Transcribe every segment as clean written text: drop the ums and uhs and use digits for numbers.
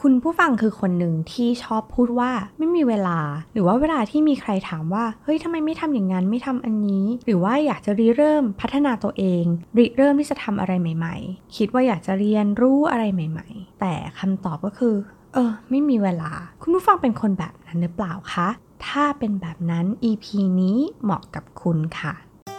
คุณผู้ฟังคือคนหนึ่งที่ชอบพูดว่าไม่มีเวลาหรือว่าเวลาที่มีใครถามว่าเฮ้ยทำไมไม่ทำอย่างนั้นไม่ทำอันนี้หรือว่าอยากจะริเริ่มพัฒนาตัวเองริเริ่มที่จะทำอะไรใหม่ๆคิดว่าอยากจะเรียนรู้อะไรใหม่ๆแต่คำตอบก็คือไม่มีเวลาคุณผู้ฟังเป็นคนแบบนั้นหรือเปล่าคะถ้าเป็นแบบนั้น EP นี้เหมาะกับคุณค่ะ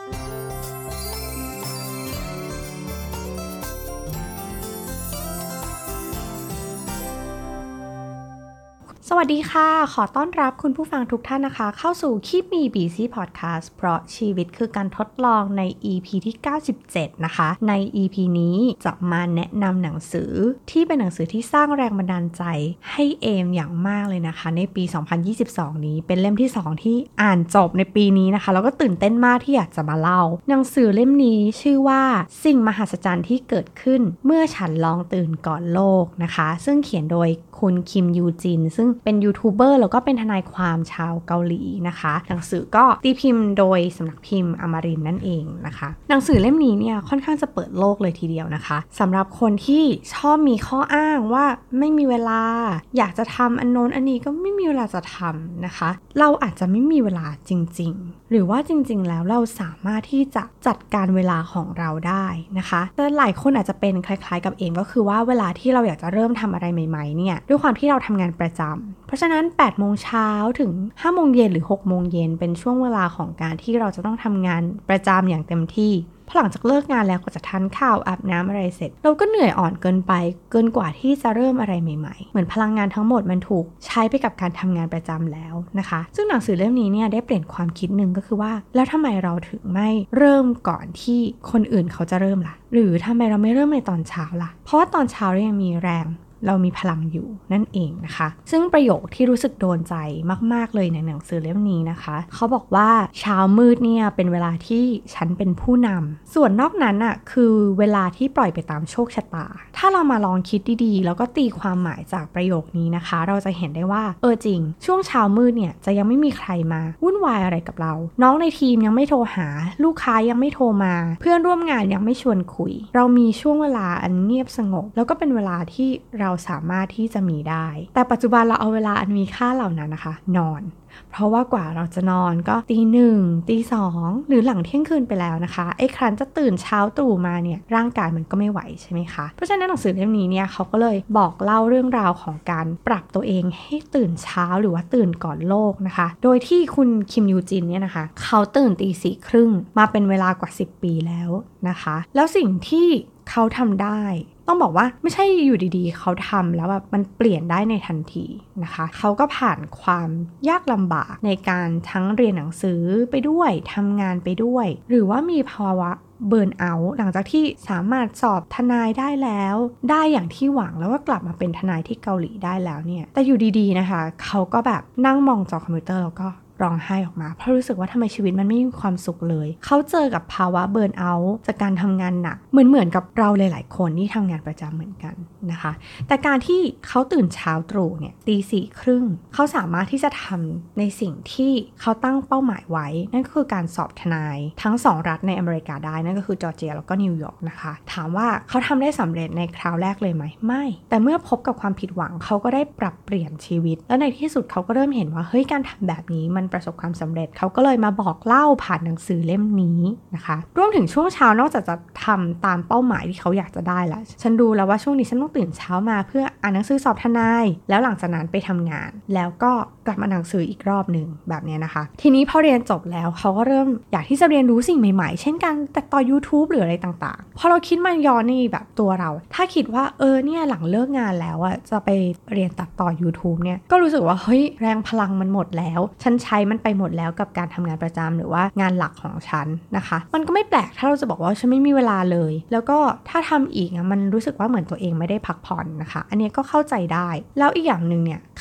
สวัสดีค่ะขอต้อนรับคุณผู้ฟังทุกท่านนะคะเข้าสู่ Keep Me Busy Podcast เพราะชีวิตคือการทดลองใน EP ที่97นะคะใน EP นี้จะมาแนะนำหนังสือที่เป็นหนังสือที่สร้างแรงบันดาลใจให้เอมอย่างมากเลยนะคะในปี 2022 นี้เป็นเล่มที่2ที่อ่านจบในปีนี้นะคะแล้วก็ตื่นเต้นมากที่อยากจะมาเล่าหนังสือเล่มนี้ชื่อว่าสิ่งมหัศจรรย์ที่เกิดขึ้นเมื่อฉันลองตื่นก่อนโลกนะคะซึ่งเขียนโดยคุณคิมยูจินซึ่งเป็นยูทูบเบอร์แล้วก็เป็นทนายความชาวเกาหลีนะคะหนังสือก็ตีพิมพ์โดยสำนักพิมพ์อมรินทร์นั่นเองนะคะหนังสือเล่มนี้เนี่ยค่อนข้างจะเปิดโลกเลยทีเดียวนะคะสำหรับคนที่ชอบมีข้ออ้างว่าไม่มีเวลาอยากจะทำอันโน้นอันนี้ก็ไม่มีเวลาจะทำนะคะเราอาจจะไม่มีเวลาจริงๆหรือว่าจริงๆแล้วเราสามารถที่จะจัดการเวลาของเราได้นะคะแต่หลายคนอาจจะเป็นคล้ายๆกับเองก็คือว่าเวลาที่เราอยากจะเริ่มทำอะไรใหม่ๆเนี่ยด้วยความที่เราทำงานประจำเพราะฉะนั้น8โมงเช้าถึง5โมงเย็นหรือ6โมงเย็นเป็นช่วงเวลาของการที่เราจะต้องทำงานประจำอย่างเต็มที่พอหลังจากเลิกงานแล้วก็จะทานข้าวอาบน้ำอะไรเสร็จเราก็เหนื่อยอ่อนเกินไปเกินกว่าที่จะเริ่มอะไรใหม่ๆเหมือนพลังงานทั้งหมดมันถูกใช้ไปกับการทำงานประจำแล้วนะคะซึ่งหนังสือเล่มนี้เนี่ยได้เปลี่ยนความคิดหนึ่งก็คือว่าแล้วทำไมเราถึงไม่เริ่มก่อนที่คนอื่นเขาจะเริ่มล่ะหรือทำไมเราไม่เริ่มในตอนเช้าล่ะเพราะว่าตอนเช้าเรายังมีแรงเรามีพลังอยู่นั่นเองนะคะซึ่งประโยคที่รู้สึกโดนใจมากๆเลยในหนังสือเล่มนี้นะคะเขาบอกว่าเช้ามืดเนี่ยเป็นเวลาที่ฉันเป็นผู้นำส่วนนอกนั้นอ่ะคือเวลาที่ปล่อยไปตามโชคชะตาถ้าเรามาลองคิดดีๆแล้วก็ตีความหมายจากประโยคนี้นะคะเราจะเห็นได้ว่าจริงช่วงเช้ามืดเนี่ยจะยังไม่มีใครมาวุ่นวายอะไรกับเราน้องในทีมยังไม่โทรหาลูกค้ายังไม่โทรมาเพื่อนร่วมงานยังไม่ชวนคุยเรามีช่วงเวลาอันเงียบสงบแล้วก็เป็นเวลาที่เราสามารถที่จะมีได้แต่ปัจจุบันเราเอาเวลาอันมีค่าเหล่านั้นนะคะนอนเพราะว่ากว่าเราจะนอนก็ตี 1ตี 2หรือหลังเที่ยงคืนไปแล้วนะคะไอ้ครั้นจะตื่นเช้าตรู่มาเนี่ยร่างกายมันก็ไม่ไหวใช่ไหมคะเพราะฉะนั้นหนังสือเล่มนี้เนี่ยเขาก็เลยบอกเล่าเรื่องราวของการปรับตัวเองให้ตื่นเช้าหรือว่าตื่นก่อนโลกนะคะโดยที่คุณคิมยูจินเนี่ยนะคะเขาตื่นตี 4:30มาเป็นเวลากว่า10ปีแล้วนะคะแล้วสิ่งที่เขาทำได้ต้องบอกว่าไม่ใช่อยู่ดีๆเขาทำแล้วแบบมันเปลี่ยนได้ในทันทีนะคะเขาก็ผ่านความยากลำบากในการทั้งเรียนหนังสือไปด้วยทำงานไปด้วยหรือว่ามีภาวะเบิร์นเอาท์หลังจากที่สามารถสอบทนายได้แล้วได้อย่างที่หวังแล้วก็กลับมาเป็นทนายที่เกาหลีได้แล้วเนี่ยแต่อยู่ดีๆนะคะเขาก็แบบนั่งมองจอคอมพิวเตอร์แล้วก็ร้องไห้ออกมาเพราะรู้สึกว่าทำไมชีวิตมันไม่มีความสุขเลยเขาเจอกับภาวะเบิร์นเอาท์จากการทำงานหนักเหมือนกับเราหลายๆคนที่ทำงานประจำเหมือนกันนะคะแต่การที่เขาตื่นเช้าตรู่เนี่ยตี 4:30เขาสามารถที่จะทำในสิ่งที่เขาตั้งเป้าหมายไว้นั่นก็คือการสอบทนายทั้ง2รัฐในอเมริกาได้นั่นก็คือจอร์เจียแล้วก็นิวยอร์กนะคะถามว่าเขาทำได้สำเร็จในคราวแรกเลยไหมไม่แต่เมื่อพบกับความผิดหวังเขาก็ได้ปรับเปลี่ยนชีวิตแล้วในที่สุดเขาก็เริ่มเห็นว่าเฮ้ยการทำแบบนี้มันประสบความสำเร็จเขาก็เลยมาบอกเล่าผ่านหนังสือเล่มนี้นะคะรวมถึงช่วงเช้านอกจากจะทำตามเป้าหมายที่เขาอยากจะได้แล้วฉันดูแล้วว่าช่วงนี้ฉันต้องตื่นเช้ามาเพื่ออ่านหนังสือสอบทนายแล้วหลังจากนั้นไปทำงานแล้วก็กลับมาหนังสืออีกรอบหนึ่งแบบนี้นะคะทีนี้พอเรียนจบแล้วเขาก็เริ่มอยากที่จะเรียนรู้สิ่งใหม่ๆเช่นการตัดต่อ YouTube หรืออะไรต่างๆพอเราคิดมันย้อนนี่แบบตัวเราถ้าคิดว่าเนี่ยหลังเลิกงานแล้วอ่ะจะไปเรียนตัดต่อ YouTube เนี่ยก็รู้สึกว่าเฮ้ยแรงพลังมันหมดแล้วฉันใช้มันไปหมดแล้วกับการทำงานประจำหรือว่างานหลักของฉันนะคะมันก็ไม่แปลกถ้าเราจะบอกว่าฉันไม่มีเวลาเลยแล้วก็ถ้าทำอีกมันรู้สึกว่าเหมือนตัวเองไม่ได้พักผ่อนนะคะอันนี้ก็เข้าใจได้แล้วอีกอย่างนึงเนี่ย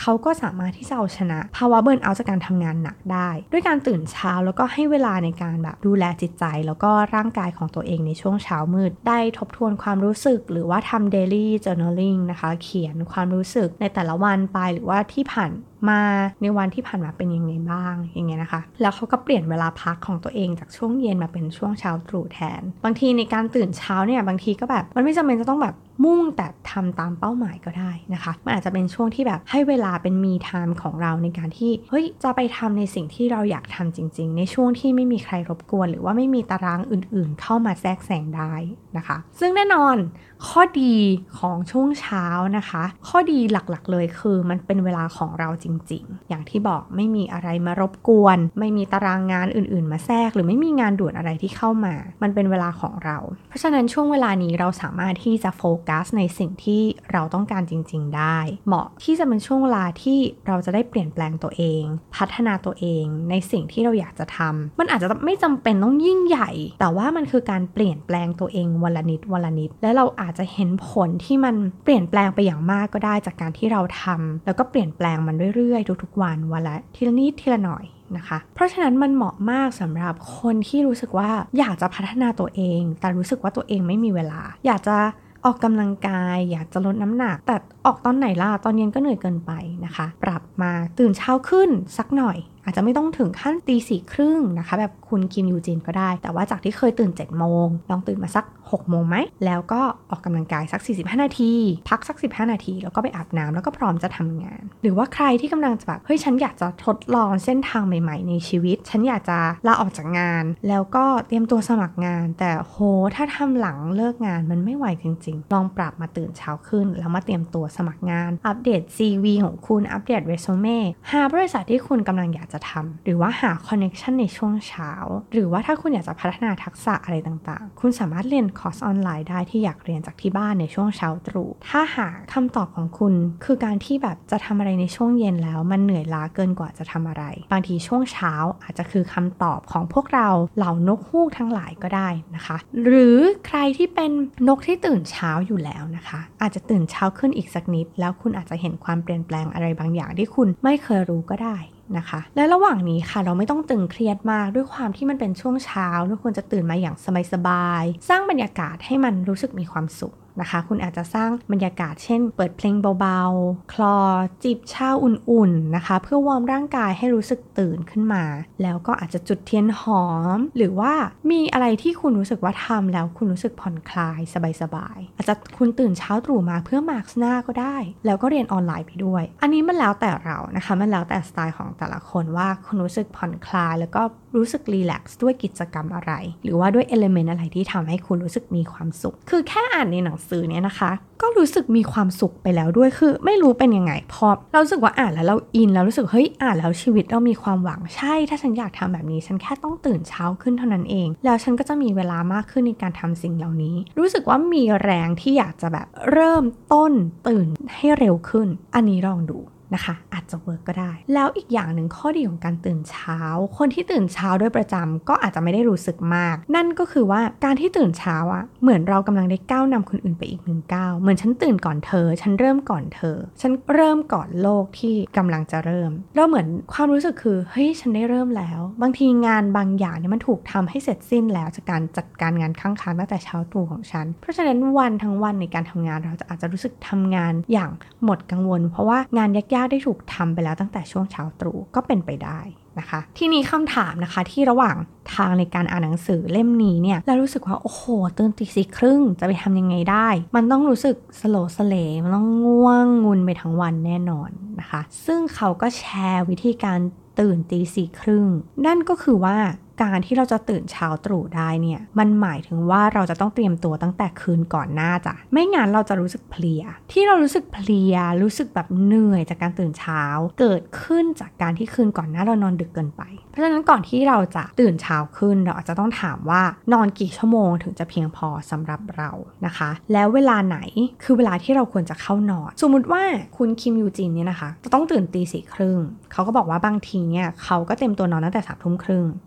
เขาก็สามารถที่จะเอาชนะภาวะเบิร์นเอาท์จากการทำงานหนักได้ด้วยการตื่นเช้าแล้วก็ให้เวลาในการแบบดูแลจิตใจแล้วก็ร่างกายของตัวเองในช่วงเช้ามืดได้ทบทวนความรู้สึกหรือว่าทำ daily journaling นะคะเขียนความรู้สึกในแต่ละวันไปหรือว่าที่ผ่านมาในวันที่ผ่านมาเป็นยังไงบ้างอย่างเงี้ยนะคะแล้วเขาก็เปลี่ยนเวลาพักของตัวเองจากช่วงเย็นมาเป็นช่วงเช้าตรู่แทนบางทีในการตื่นเช้าเนี่ยบางทีก็แบบมันไม่จำเป็นจะต้องแบบมุ่งแต่ทำตามเป้าหมายก็ได้นะคะมันอาจจะเป็นช่วงที่แบบให้เวลาเป็นมีไทม์ของเราในการที่เฮ้ยจะไปทำในสิ่งที่เราอยากทำจริงๆในช่วงที่ไม่มีใครรบกวนหรือว่าไม่มีตารางอื่นๆเข้ามาแทรกแซงได้นะคะซึ่งแน่นอนข้อดีของช่วงเช้านะคะข้อดีหลักๆเลยคือมันเป็นเวลาของเราจริงๆอย่างที่บอกไม่มีอะไรมารบกวนไม่มีตารางงานอื่นๆมาแทรกหรือไม่มีงานด่วนอะไรที่เข้ามามันเป็นเวลาของเราเพราะฉะนั้นช่วงเวลานี้เราสามารถที่จะโฟกัสในสิ่งที่เราต้องการจริงๆได้เหมาะที่จะเป็นช่วงเวลาที่เราจะได้เปลี่ยนแปลงตัวเองพัฒนาตัวเองในสิ่งที่เราอยากจะทำมันอาจจะไม่จำเป็นต้องยิ่งใหญ่แต่ว่ามันคือการเปลี่ยนแปลงตัวเองวันละนิดวันละนิดและเราอาจจะเห็นผลที่มันเปลี่ยนแปลงไปอย่างมากก็ได้จากการที่เราทำแล้วก็เปลี่ยนแปลงมันเรื่อยๆทุกๆวันละทีละนิดทีละหน่อยนะคะเพราะฉะนั้นมันเหมาะมากสำหรับคนที่รู้สึกว่าอยากจะพัฒนาตัวเองแต่รู้สึกว่าตัวเองไม่มีเวลาอยากจะออกกำลังกายอยากจะลดน้ำหนักแต่ออกตอนไหนล่ะตอนเย็นก็เหนื่อยเกินไปนะคะปรับมาตื่นเช้าขึ้นสักหน่อยอาจจะไม่ต้องถึงขั้นตี 4:30นะคะแบบคุณคิมยูจินก็ได้แต่ว่าจากที่เคยตื่น 7 โมงลองตื่นมาสัก 6 โมงไหมแล้วก็ออกกำลังกายสัก45 นาทีพักสัก15 นาทีแล้วก็ไปอาบน้ำแล้วก็พร้อมจะทำงานหรือว่าใครที่กำลังจะแบบเฮ้ยฉันอยากจะทดลองเส้นทางใหม่ๆในชีวิตฉันอยากจะลาออกจากงานแล้วก็เตรียมตัวสมัครงานแต่โหถ้าทำหลังเลิกงานมันไม่ไหวจริงๆลองปรับมาตื่นเช้าขึ้นแล้วมาเตรียมตัวสมัครงานอัปเดต CV ของคุณอัปเดตเรซูเม่หาบริษัทที่คุณกำลังอยากจะทำหรือว่าหาคอนเนคชันในช่วงเช้าหรือว่าถ้าคุณอยากจะพัฒนาทักษะอะไรต่างๆคุณสามารถเรียนคอร์สออนไลน์ได้ที่อยากเรียนจากที่บ้านในช่วงเช้าตรู่ถ้าหาคำตอบของคุณคือการที่แบบจะทำอะไรในช่วงเย็นแล้วมันเหนื่อยล้าเกินกว่าจะทำอะไรบางทีช่วงเช้าอาจจะคือคำตอบของพวกเราเหล่านกฮูกทั้งหลายก็ได้นะคะหรือใครที่เป็นนกที่ตื่นเช้าอยู่แล้วนะคะอาจจะตื่นเช้าขึ้นอีกสักนิดแล้วคุณอาจจะเห็นความเปลี่ยนแปลงอะไรบางอย่างที่คุณไม่เคยรู้ก็ได้นะคะและระหว่างนี้ค่ะเราไม่ต้องตึงเครียดมากด้วยความที่มันเป็นช่วงเช้าทุกคนจะตื่นมาอย่างสบายๆสร้างบรรยากาศให้มันรู้สึกมีความสุขนะคะคุณอาจจะสร้างบรรยากาศเช่นเปิดเพลงเบาๆคลอจิบชาอุ่นๆนะคะเพื่อวอร์มร่างกายให้รู้สึกตื่นขึ้นมาแล้วก็อาจจะจุดเทียนหอมหรือว่ามีอะไรที่คุณรู้สึกว่าทำแล้วคุณรู้สึกผ่อนคลายสบายๆอาจจะคุณตื่นเช้าตรู่มาเพื่อมาร์กหน้าก็ได้แล้วก็เรียนออนไลน์ไปด้วยอันนี้มันแล้วแต่เรานะคะมันแล้วแต่สไตล์ของแต่ละคนว่าคุณรู้สึกผ่อนคลายแล้วก็รู้สึกรีแลกซ์ด้วยกิจกรรมอะไรหรือว่าด้วยเอลิเมนต์อะไรที่ทำให้คุณรู้สึกมีความสุขคือแค่อ่านในหนังสือเนี่ยนะคะก็รู้สึกมีความสุขไปแล้วด้วยคือไม่รู้เป็นยังไงพอเรารู้สึกว่าอ่านแล้วเราอินแล้วรู้สึกเฮ้ยอ่านแล้วชีวิตเรามีความหวังใช่ถ้าฉันอยากทำแบบนี้ฉันแค่ต้องตื่นเช้าขึ้นเท่านั้นเองแล้วฉันก็จะมีเวลามากขึ้นในการทำสิ่งเหล่านี้รู้สึกว่ามีแรงที่อยากจะแบบเริ่มต้นตื่นให้เร็วขึ้นอันนี้ลองดูนะคะอาจจะเวิร์กก็ได้แล้วอีกอย่างหนึ่งข้อดีของการตื่นเช้าคนที่ตื่นเช้าด้วยประจำก็อาจจะไม่ได้รู้สึกมากนั่นก็คือว่าการที่ตื่นเช้าอะเหมือนเรากำลังได้ก้าวนำคนอื่นไปอีก1 ก้าวเหมือนฉันตื่นก่อนเธอฉันเริ่มก่อนเธอฉันเริ่มก่อนโลกที่กำลังจะเริ่มแล้วเหมือนความรู้สึกคือเฮ้ยฉันได้เริ่มแล้วบางทีงานบางอย่างเนี่ยมันถูกทำให้เสร็จสิ้นแล้วจากการจัดการงานข้างๆตั้งแต่เช้าตรู่ของฉันเพราะฉะนั้นวันทั้งวันในการทำงานเราอาจจะรู้สึกทำงานอย่างหมดกังวลเพราะว่างานยากได้ถูกทำไปแล้วตั้งแต่ช่วงเช้าตรู่ก็เป็นไปได้นะคะทีนี้คำถามนะคะที่ระหว่างทางในการอ่านหนังสือเล่มนี้เนี่ยเรารู้สึกว่าโอ้โหตื่นตี 4:30จะไปทำยังไงได้มันต้องรู้สึกสโลว์สเลมันต้องง่วงงุนไปทั้งวันแน่นอนนะคะซึ่งเขาก็แชร์วิธีการตื่นตี 4:30นั่นก็คือว่าการที่เราจะตื่นเช้าตรู่ได้เนี่ยมันหมายถึงว่าเราจะต้องเตรียมตัวตั้งแต่คืนก่อนหน้าจ้ะไม่งั้นเราจะรู้สึกเพลียที่เรารู้สึกเพลียรู้สึกแบบเหนื่อยจากการตื่นเช้าเกิดขึ้นจากการที่คืนก่อนหน้าเรานอนดึกเกินไปเพราะฉะนั้นก่อนที่เราจะตื่นเช้าขึ้นเราอาจจะต้องถามว่านอนกี่ชั่วโมงถึงจะเพียงพอสำหรับเรานะคะแล้วเวลาไหนคือเวลาที่เราควรจะเข้านอนสมมุติว่าคุณคิมยูจินเนี่ยนะคะจะต้องตื่นตี 4:30เขาก็บอกว่าบางทีเนี่ยเขาก็เตรียมตัวนอนตั้งแต่ 3:30นอนหลับตื่น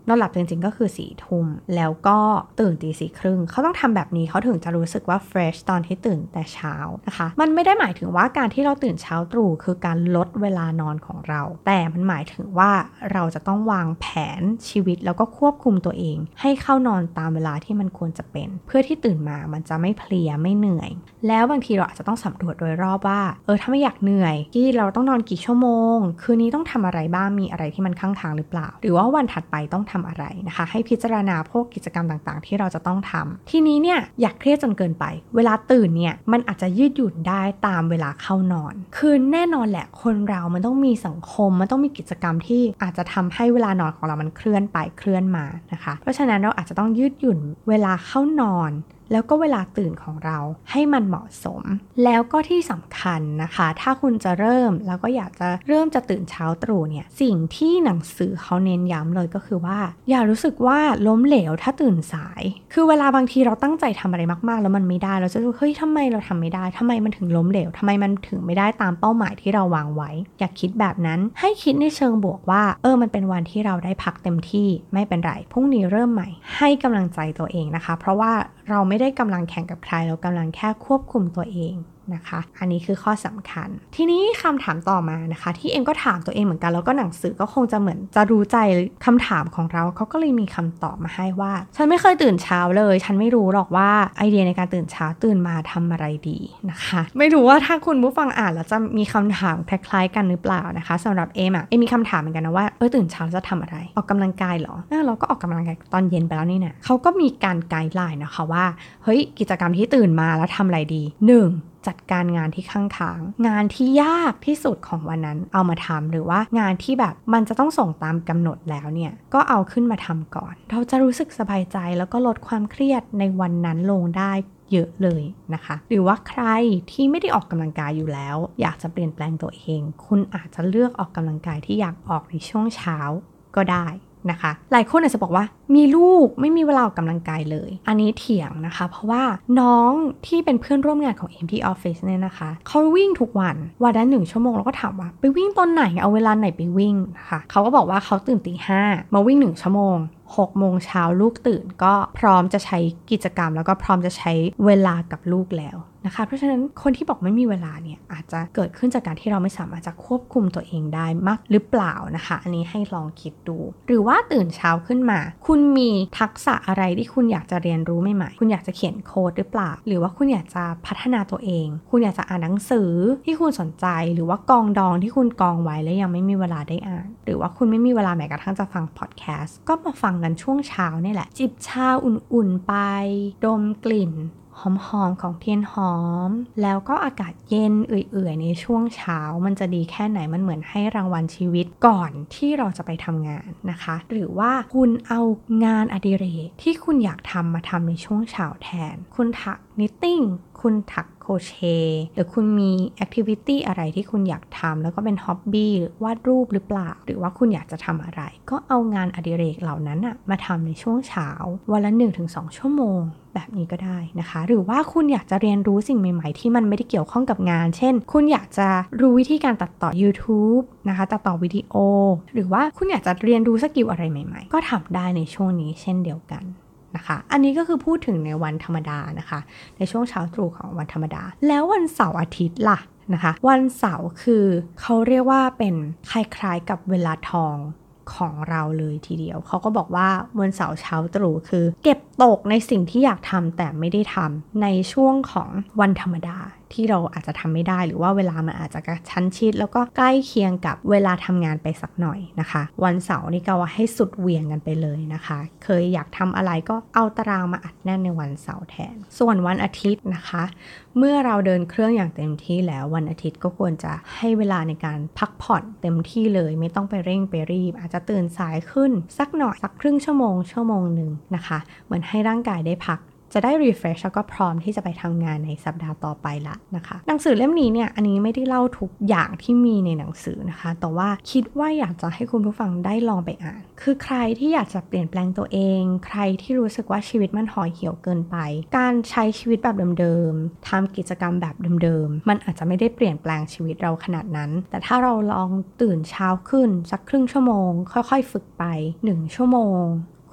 ริงๆก็คือ4 ทุ่มแล้วก็ตื่นตี 4:30เขาต้องทำแบบนี้เขาถึงจะรู้สึกว่า fresh ตอนที่ตื่นแต่เช้านะคะมันไม่ได้หมายถึงว่าการที่เราตื่นเช้าตรู่คือการลดเวลานอนของเราแต่มันหมายถึงว่าเราจะต้องวางแผนชีวิตแล้วก็ควบคุมตัวเองให้เข้านอนตามเวลาที่มันควรจะเป็นเพื่อที่ตื่นมามันจะไม่เพลียไม่เหนื่อยแล้วบางทีเราอาจจะต้องสำรวจโดยรอบว่าถ้าไม่อยากเหนื่อยที่เราต้องนอนกี่ชั่วโมงคืนนี้ต้องทำอะไรบ้างมีอะไรที่มันค้างคางหรือเปล่าหรือว่าวันถัดไปต้องทำอะไรนะคะให้พิจารณาพวกกิจกรรมต่างๆที่เราจะต้องทำทีนี้เนี่ยอยากเครียดจนเกินไปเวลาตื่นเนี่ยมันอาจจะยืดหยุ่นได้ตามเวลาเข้านอนคือแน่นอนแหละคนเรามันต้องมีสังคมมันต้องมีกิจกรรมที่อาจจะทำให้เวลานอนของเรามันเคลื่อนไปเคลื่อนมานะคะเพราะฉะนั้นเราอาจจะต้องยืดหยุ่นเวลาเข้านอนแล้วก็เวลาตื่นของเราให้มันเหมาะสมแล้วก็ที่สำคัญนะคะถ้าคุณจะเริ่มแล้วก็อยากจะเริ่มจะตื่นเช้าตรู่เนี่ยสิ่งที่หนังสือเขาเน้นย้ำเลยก็คือว่าอย่ารู้สึกว่าล้มเหลวถ้าตื่นสายคือเวลาบางทีเราตั้งใจทำอะไรมากๆแล้วมันไม่ได้เราจะรู้เฮ้ยทำไมเราทำไม่ได้ทำไมมันถึงล้มเหลวทำไมมันถึงไม่ได้ตามเป้าหมายที่เราวางไว้อย่าคิดแบบนั้นให้คิดในเชิงบวกว่ามันเป็นวันที่เราได้พักเต็มที่ไม่เป็นไรพรุ่งนี้เริ่มใหม่ให้กำลังใจตัวเองนะคะเพราะว่าเราไม่ได้กำลังแข่งกับใครเรากำลังแค่ควบคุมตัวเองนะคะอันนี้คือข้อสำคัญทีนี้คำถามต่อมานะคะที่เอ็มก็ถามตัวเองเหมือนกันแล้วก็หนังสือก็คงจะเหมือนจะรู้ใจคำถามของเราเขาก็เลยมีคำตอบมาให้ว่าฉันไม่เคยตื่นเช้าเลยฉันไม่รู้หรอกว่าไอเดียในการตื่นเช้าตื่นมาทำอะไรดีนะคะไม่รู้ว่าถ้าคุณผู้ฟังอ่านแล้วจะมีคำถามคล้ายๆกันหรือเปล่านะคะสำหรับเอ็มมีคำถามเหมือนกันนะว่าตื่นเช้าจะทำอะไรออกกำลังกายเหรอเราก็ออกกำลังกายตอนเย็นไปแล้วนี่นะเขาก็มีการไกด์ไลน์นะคะว่าเฮ้ยกิจกรรมที่ตื่นมาแล้วทำอะไรดี 1. จัดการงานที่ข้างๆงานที่ยากที่สุดของวันนั้นเอามาทำหรือว่างานที่แบบมันจะต้องส่งตามกำหนดแล้วเนี่ยก็เอาขึ้นมาทำก่อนเราจะรู้สึกสบายใจแล้วก็ลดความเครียดในวันนั้นลงได้เยอะเลยนะคะหรือว่าใครที่ไม่ได้ออกกำลังกายอยู่แล้วอยากจะเปลี่ยนแปลงตัวเองคุณอาจจะเลือกออกกำลังกายที่อยากออกในช่วงเช้าก็ได้นะคะหลายคนอาจจะบอกว่ามีลูกไม่มีเวลาออกกำลังกายเลยอันนี้เถียงนะคะเพราะว่าน้องที่เป็นเพื่อนร่วมงานของเอ็มที่ออฟฟิศเนี่ยนะคะเขาวิ่งทุกวันละ1 ชั่วโมงแล้วก็ถามว่าไปวิ่งตอนไหนเอาเวลาไหนไปวิ่งนะคะเขาก็บอกว่าเขาตื่นตี 5มาวิ่ง1 ชั่วโมง6 โมงเช้าลูกตื่นก็พร้อมจะใช้กิจกรรมแล้วก็พร้อมจะใช้เวลากับลูกแล้วนะคะเพราะฉะนั้นคนที่บอกไม่มีเวลาเนี่ยอาจจะเกิดขึ้นจากการที่เราไม่สามารถจะควบคุมตัวเองได้มากหรือเปล่านะคะอันนี้ให้ลองคิดดูหรือว่าตื่นเช้าขึ้นมาคุณมีทักษะอะไรที่คุณอยากจะเรียนรู้ใหม่ๆคุณอยากจะเขียนโค้ดหรือเปล่าหรือว่าคุณอยากจะพัฒนาตัวเองคุณอยากจะอ่านหนังสือที่คุณสนใจหรือว่ากองดองที่คุณกองไว้แล้วยังไม่มีเวลาได้อ่านหรือว่าคุณไม่มีเวลาแม้กระทั่งจะฟังพอดแคสต์ก็มาฟังกันช่วงเช้านี่แหละจิบชาอุ่นๆไปดมกลิ่นหอมๆของเทียนหอมแล้วก็อากาศเย็นเอื่อยๆในช่วงเช้ามันจะดีแค่ไหนมันเหมือนให้รางวัลชีวิตก่อนที่เราจะไปทำงานนะคะหรือว่าคุณเอางานอดิเรกที่คุณอยากทำมาทำในช่วงเช้าแทนคุณถักนิตติ้งคุณถักโครเชต์หรือคุณมีแอคทิวิตี้อะไรที่คุณอยากทำแล้วก็เป็นฮ็อบบี้วาดรูปหรือเปล่าหรือว่าคุณอยากจะทำอะไรก็เอางานอดิเรกเหล่านั้นมาทำในช่วงเช้าวันละ 1-2 ชั่วโมงแบบนี้ก็ได้นะคะหรือว่าคุณอยากจะเรียนรู้สิ่งใหม่ๆที่มันไม่ได้เกี่ยวข้องกับงานเช่นคุณอยากจะรู้วิธีการตัดต่อ YouTube นะคะตัดต่อวิดีโอหรือว่าคุณอยากจะเรียนรู้สกิลอะไรใหม่ๆก็ทำได้ในช่วงนี้เช่นเดียวกันนะคะอันนี้ก็คือพูดถึงในวันธรรมดานะคะในช่วงเช้าตรู่ของวันธรรมดาแล้ววันเสาร์อาทิตย์ล่ะนะคะวันเสาร์คือเขาเรียกว่าเป็นคล้ายๆกับเวลาทองของเราเลยทีเดียวเขาก็บอกว่าวันเสาร์เช้าตรู่คือเก็บตกในสิ่งที่อยากทำแต่ไม่ได้ทำในช่วงของวันธรรมดาที่เราอาจจะทำไม่ได้หรือว่าเวลามันอาจจะกระชั้นชิดแล้วก็ใกล้เคียงกับเวลาทำงานไปสักหน่อยนะคะวันเสาร์นี่ก็ว่าให้สุดเหวี่ยงกันไปเลยนะคะเคยอยากทำอะไรก็เอาตารางมาอัดแน่นในวันเสาร์แทนส่วนวันอาทิตย์นะคะเมื่อเราเดินเครื่องอย่างเต็มที่แล้ววันอาทิตย์ก็ควรจะให้เวลาในการพักผ่อนเต็มที่เลยไม่ต้องไปเร่งไปรีบอาจจะตื่นสายขึ้นสักหน่อยสักครึ่งชั่วโมงนึงนะคะเหมือนให้ร่างกายได้พักจะได้ refresh แล้วก็พร้อมที่จะไปทำงานในสัปดาห์ต่อไปละนะคะหนังสือเล่มนี้เนี่ยอันนี้ไม่ได้เล่าทุกอย่างที่มีในหนังสือนะคะแต่ว่าคิดว่าอยากจะให้คุณผู้ฟังได้ลองไปอ่านคือใครที่อยากจะเปลี่ยนแปลงตัวเองใครที่รู้สึกว่าชีวิตมันห่อเหี่ยวเกินไปการใช้ชีวิตแบบเดิมๆทำกิจกรรมแบบเดิมๆมันอาจจะไม่ได้เปลี่ยนแปลงชีวิตเราขนาดนั้นแต่ถ้าเราลองตื่นเช้าขึ้นสักครึ่งชั่วโมงค่อยๆฝึกไป1 ชั่วโมง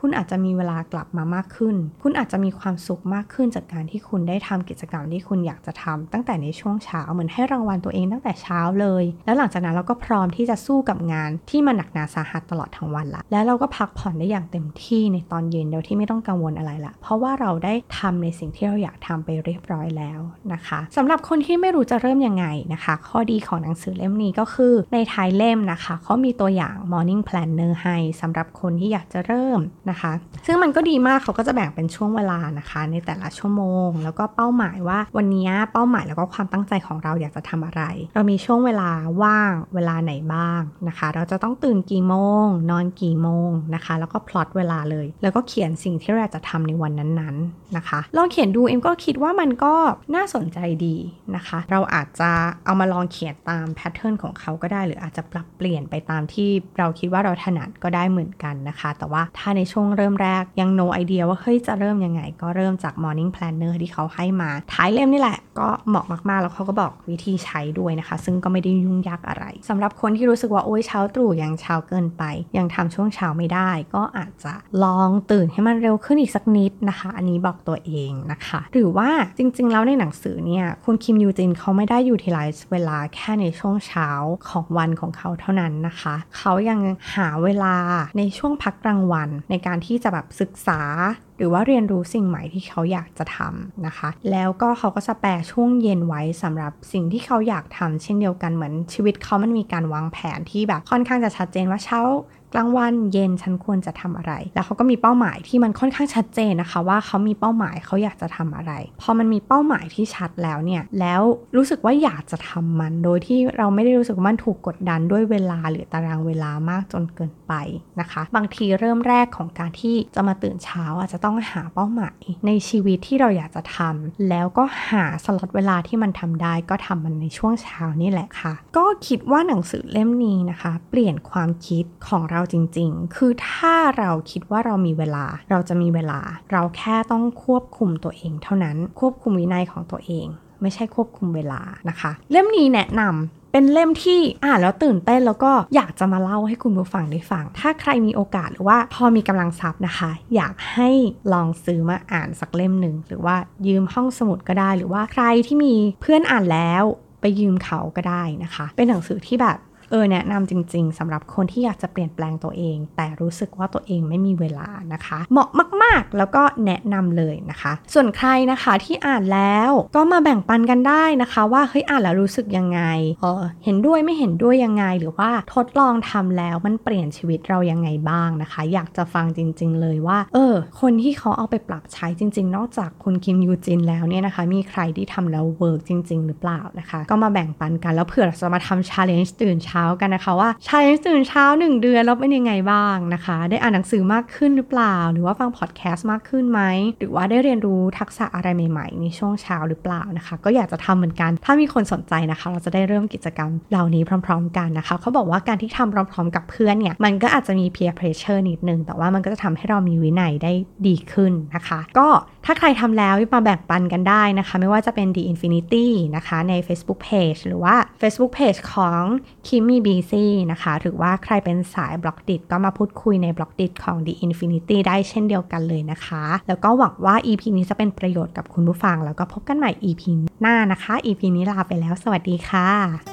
คุณอาจจะมีเวลากลับมามากขึ้นคุณอาจจะมีความสุขมากขึ้นจากการที่คุณได้ทำกิจกรรมที่คุณอยากจะทำตั้งแต่ในช่วงเช้าเหมือนให้รางวัลตัวเองตั้งแต่เช้าเลยแล้วหลังจากนั้นเราก็พร้อมที่จะสู้กับงานที่มันหนักหนาสาหัสตลอดทั้งวันละแล้วเราก็พักผ่อนได้อย่างเต็มที่ในตอนเย็นโดยที่ไม่ต้องกังวลอะไรละเพราะว่าเราได้ทำในสิ่งที่เราอยากทำไปเรียบร้อยแล้วนะคะสำหรับคนที่ไม่รู้จะเริ่มยังไงนะคะข้อดีของหนังสือเล่มนี้ก็คือในท้ายเล่มนะคะเขามีตัวอย่าง Morning Planner ให้สำหรับคนที่อยากจะเริ่มนะคะซึ่งมันก็ดีมากเขาก็จะแบ่งเป็นช่วงเวลานะคะในแต่ละชั่วโมงแล้วก็เป้าหมายว่าวันนี้เป้าหมายแล้วก็ความตั้งใจของเราอยากจะทำอะไรเรามีช่วงเวลาว่างเวลาไหนบ้างนะคะเราจะต้องตื่นกี่โมงนอนกี่โมงนะคะแล้วก็พล็อตเวลาเลยแล้วก็เขียนสิ่งที่เราจะทำในวันนั้นๆนะคะลองเขียนดูเอ็มก็คิดว่ามันก็น่าสนใจดีนะคะเราอาจจะเอามาลองเขียนตามแพทเทิร์นของเขาก็ได้หรืออาจจะปรับเปลี่ยนไปตามที่เราคิดว่าเราถนัดก็ได้เหมือนกันนะคะแต่ว่าถ้าในช่วงเริ่มแรกยัง no idea ว่าเฮ้ยจะเริ่มยังไงก็เริ่มจาก Morning Planner ที่เขาให้มาท้ายเล่มนี่แหละก็เหมาะมากๆแล้วเขาก็บอกวิธีใช้ด้วยนะคะซึ่งก็ไม่ได้ยุ่งยากอะไรสำหรับคนที่รู้สึกว่าโอ๊ยเช้าตรู่ยังเช้าเกินไปยังทำช่วงเช้าไม่ได้ก็อาจจะลองตื่นให้มันเร็วขึ้นอีกสักนิดนะคะอันนี้บอกตัวเองนะคะหรือว่าจริงๆแล้วในหนังสือเนี่ยคุณคิมยูจินเขาไม่ได้ utilize เวลาแค่ในช่วงเช้าของวันของเขาเท่านั้นนะคะเขายังหาเวลาในช่วงพักกลางวันในการที่จะแบบศึกษาหรือว่าเรียนรู้สิ่งใหม่ที่เขาอยากจะทำนะคะแล้วก็เขาก็จะแปรช่วงเย็นไว้สำหรับสิ่งที่เขาอยากทำเช่นเดียวกันเหมือนชีวิตเขามันมีการวางแผนที่แบบค่อนข้างจะชัดเจนว่าเช้ากลางวันเย็นฉันควรจะทำอะไรแล้วเขาก็มีเป้าหมายที่มันค่อนข้างชัดเจนนะคะว่าเขามีเป้าหมายเขาอยากจะทำอะไรพอมันมีเป้าหมายที่ชัดแล้วเนี่ยแล้วรู้สึกว่าอยากจะทำมันโดยที่เราไม่ได้รู้สึกว่ามันถูกกดดันด้วยเวลาหรือตารางเวลามากจนเกินไปนะคะบางทีเริ่มแรกของการที่จะมาตื่นเช้าอาจจะต้องหาเป้าหมายในชีวิตที่เราอยากจะทำแล้วก็หาสล็อตเวลาที่มันทำได้ก็ทำมันในช่วงเช้านี่แหละค่ะก็คิดว่าหนังสือเล่มนี้นะคะเปลี่ยนความคิดของเราจริงๆคือถ้าเราคิดว่าเรามีเวลาเราจะมีเวลาเราแค่ต้องควบคุมตัวเองเท่านั้นควบคุมวินัยของตัวเองไม่ใช่ควบคุมเวลานะคะเล่มนี้แนะนำเป็นเล่มที่อ่านแล้วตื่นเต้นแล้วก็อยากจะมาเล่าให้คุณผู้ฟังได้ฟังถ้าใครมีโอกาสหรือว่าพอมีกำลังทรัพย์นะคะอยากให้ลองซื้อมาอ่านสักเล่มหนึ่งหรือว่ายืมห้องสมุดก็ได้หรือว่าใครที่มีเพื่อนอ่านแล้วไปยืมเขาก็ได้นะคะเป็นหนังสือที่แบบแนะนำจริงๆสำหรับคนที่อยากจะเปลี่ยนแปลงตัวเองแต่รู้สึกว่าตัวเองไม่มีเวลานะคะเหมาะมากๆแล้วก็แนะนำเลยนะคะส่วนใครนะคะที่อ่านแล้วก็มาแบ่งปันกันได้นะคะว่าเฮ้ยอ่านแล้วรู้สึกยังไงเห็นด้วยไม่เห็นด้วยยังไงหรือว่าทดลองทำแล้วมันเปลี่ยนชีวิตเรายังไงบ้างนะคะอยากจะฟังจริงๆเลยว่าคนที่เขาเอาไปปรับใช้จริงๆนอกจากคุณคิมยูจินแล้วเนี่ยนะคะมีใครที่ทำแล้วเวิร์กจริงๆหรือเปล่านะคะก็มาแบ่งปันกันแล้วเผื่อเราจะมาทำ challenge ตื่นเช้ากันนะคะว่าใช้ตื่นเช้า1เดือนแล้วเป็นยังไงบ้างนะคะได้อ่านหนังสือมากขึ้นหรือเปล่าหรือว่าฟังพอดแคสต์มากขึ้นไหมหรือว่าได้เรียนรู้ทักษะอะไรใหม่ๆในช่วงเช้าหรือเปล่านะคะก็อยากจะทำเหมือนกันถ้ามีคนสนใจนะคะเราจะได้เริ่มกิจกรรมเหล่านี้พร้อมๆกันนะคะเขาบอกว่าการที่ทำพร้อมๆกับเพื่อนเนี่ยมันก็อาจจะมี peer pressure นิดนึงแต่ว่ามันก็จะทำให้เรามีวินัยได้ดีขึ้นนะคะก็ถ้าใครทำแล้วมาแบ่งปันกันได้นะคะไม่ว่าจะเป็น The Infinity นะคะใน Facebook Page หรือว่า Facebook Page ของ Kimmy BC นะคะหรือว่าใครเป็นสายบล็อกดิก็มาพูดคุยในบล็อกดิของ The Infinity ได้เช่นเดียวกันเลยนะคะแล้วก็หวังว่า EP นี้จะเป็นประโยชน์กับคุณผู้ฟังแล้วก็พบกันใหม่ EP หน้านะคะ EP นี้ลาไปแล้วสวัสดีค่ะ